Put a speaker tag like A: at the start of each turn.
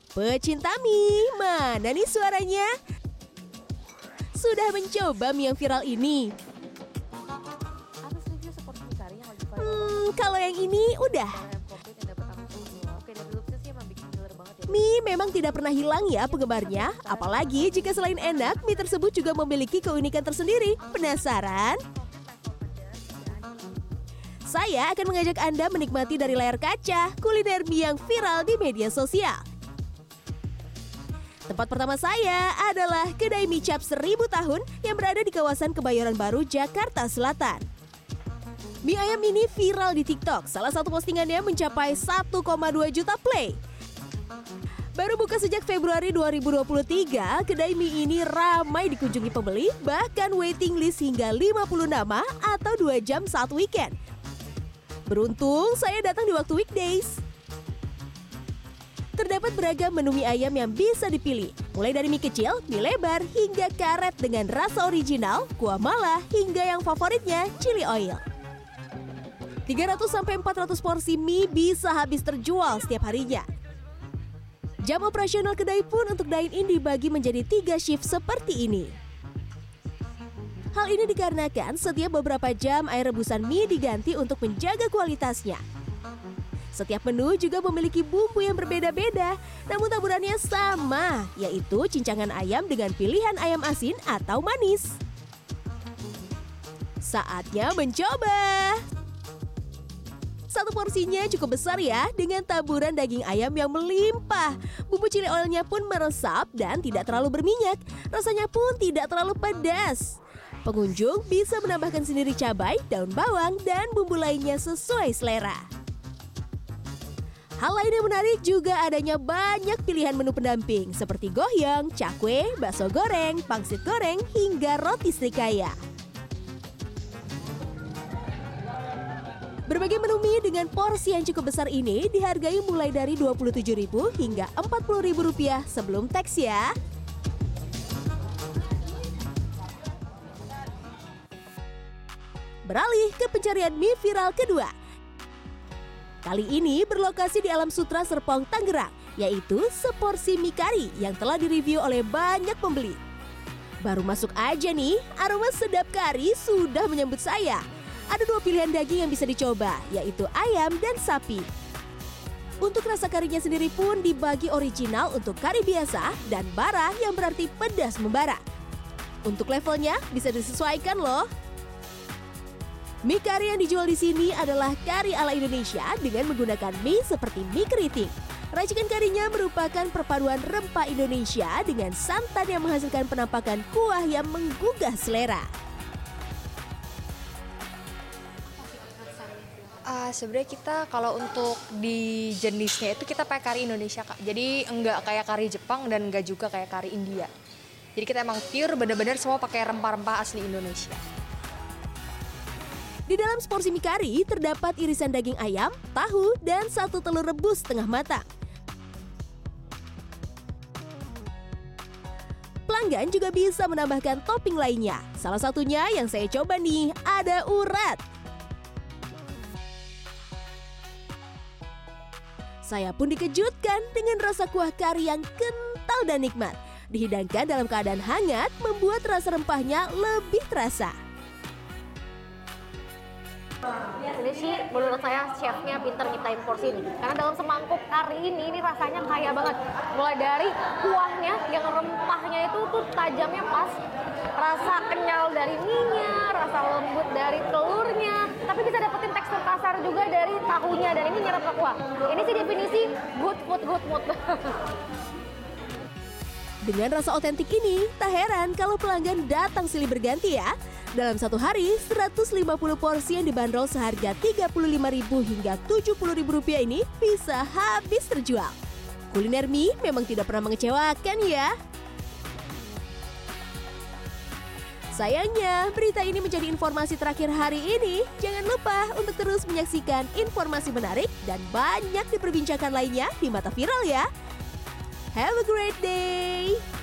A: Pecinta mie, mana nih suaranya? Sudah mencoba mie yang viral ini? Kalau yang ini udah. Mie memang tidak pernah hilang ya penggemarnya. Apalagi jika selain enak, mie tersebut juga memiliki keunikan tersendiri. Penasaran? Saya akan mengajak Anda menikmati dari layar kaca kuliner mie yang viral di media sosial. Tempat pertama saya adalah kedai mie cap 1000 tahun yang berada di kawasan Kebayoran Baru, Jakarta Selatan. Mie ayam ini viral di TikTok. Salah satu postingannya mencapai 1,2 juta play. Baru buka sejak Februari 2023, kedai mie ini ramai dikunjungi pembeli, bahkan waiting list hingga 50 nama atau 2 jam saat weekend. Beruntung saya datang di waktu weekdays. Terdapat beragam menu mie ayam yang bisa dipilih, mulai dari mie kecil, mie lebar, hingga karet dengan rasa original, kuah mala, hingga yang favoritnya chili oil. 300-400 porsi mie bisa habis terjual setiap harinya. Jam operasional kedai pun untuk dine-in dibagi menjadi 3 shift seperti ini. Hal ini dikarenakan setiap beberapa jam air rebusan mie diganti untuk menjaga kualitasnya. Setiap menu juga memiliki bumbu yang berbeda-beda, namun taburannya sama, yaitu cincangan ayam dengan pilihan ayam asin atau manis. Saatnya mencoba! Satu porsinya cukup besar ya, dengan taburan daging ayam yang melimpah. Bumbu chili oilnya pun meresap dan tidak terlalu berminyak. Rasanya pun tidak terlalu pedas. Pengunjung bisa menambahkan sendiri cabai, daun bawang, dan bumbu lainnya sesuai selera. Hal lain yang menarik juga adanya banyak pilihan menu pendamping seperti goyong, cakwe, bakso goreng, pangsit goreng, hingga roti srikaya. Berbagai menu mie dengan porsi yang cukup besar ini dihargai mulai dari Rp27.000 hingga Rp40.000 sebelum teks ya. Beralih ke pencarian mie viral kedua. Kali ini berlokasi di Alam Sutra Serpong, Tangerang, yaitu seporsi mie kari yang telah direview oleh banyak pembeli. Baru masuk aja nih, aroma sedap kari sudah menyambut saya. Ada 2 pilihan daging yang bisa dicoba, yaitu ayam dan sapi. Untuk rasa karinya sendiri pun dibagi original untuk kari biasa dan bara yang berarti pedas membara. Untuk levelnya bisa disesuaikan loh. Mie kari yang dijual di sini adalah kari ala Indonesia dengan menggunakan mie seperti mie keriting. Racikan karinya merupakan perpaduan rempah Indonesia dengan santan yang menghasilkan penampakan kuah yang menggugah selera.
B: Sebenarnya kita kalau untuk di jenisnya itu kita pakai kari Indonesia, Kak. Jadi enggak kayak kari Jepang dan enggak juga kayak kari India. Jadi kita emang pure benar-benar semua pakai rempah-rempah asli Indonesia.
A: Di dalam seporsi mie kari terdapat irisan daging ayam, tahu, dan 1 telur rebus setengah matang. Pelanggan juga bisa menambahkan topping lainnya. Salah satunya yang saya coba nih, ada urat. Saya pun dikejutkan dengan rasa kuah kari yang kental dan nikmat. Dihidangkan dalam keadaan hangat, membuat rasa rempahnya lebih terasa.
C: Ini sih menurut saya chefnya pinter nyiptain porsi ini. Karena dalam semangkuk kari ini rasanya kaya banget. Mulai dari kuahnya yang rempahnya itu tuh tajamnya pas. Rasa kenyal dari mie-nya, rasa lembut dari telurnya. Tapi bisa dapetin tekstur kasar juga dari tahunya. Dan ini nyerap ke kuah. Ini sih definisi good mood.
A: Dengan rasa otentik ini, tak heran kalau pelanggan datang silih berganti ya. Dalam satu hari, 150 porsi yang dibanderol seharga Rp35.000 hingga Rp70.000 ini bisa habis terjual. Kuliner mie memang tidak pernah mengecewakan ya. Sayangnya, berita ini menjadi informasi terakhir hari ini. Jangan lupa untuk terus menyaksikan informasi menarik dan banyak diperbincangkan lainnya di Mata Viral ya. Have a great day!